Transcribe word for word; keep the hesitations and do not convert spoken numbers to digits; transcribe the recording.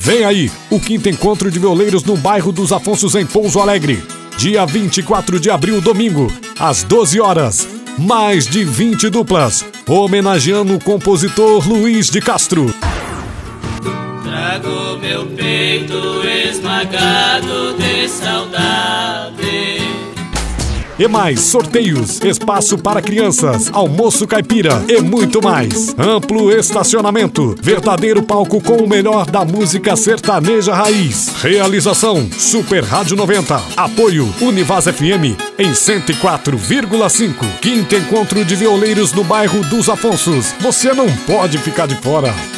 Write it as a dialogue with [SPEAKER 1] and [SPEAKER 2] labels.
[SPEAKER 1] Vem aí, o quinto encontro de violeiros no bairro dos Afonsos, em Pouso Alegre. Dia vinte e quatro de abril, domingo, às doze horas. Mais de vinte duplas, homenageando o compositor Luiz de Castro.
[SPEAKER 2] Trago meu peito esmagado de saudade.
[SPEAKER 1] E mais sorteios, espaço para crianças, almoço caipira e muito mais. Amplo estacionamento, verdadeiro palco com o melhor da música sertaneja raiz. Realização Super Rádio noventa. Apoio Univaz F M em cento e quatro vírgula cinco. Quinto encontro de violeiros no bairro dos Afonsos. Você não pode ficar de fora.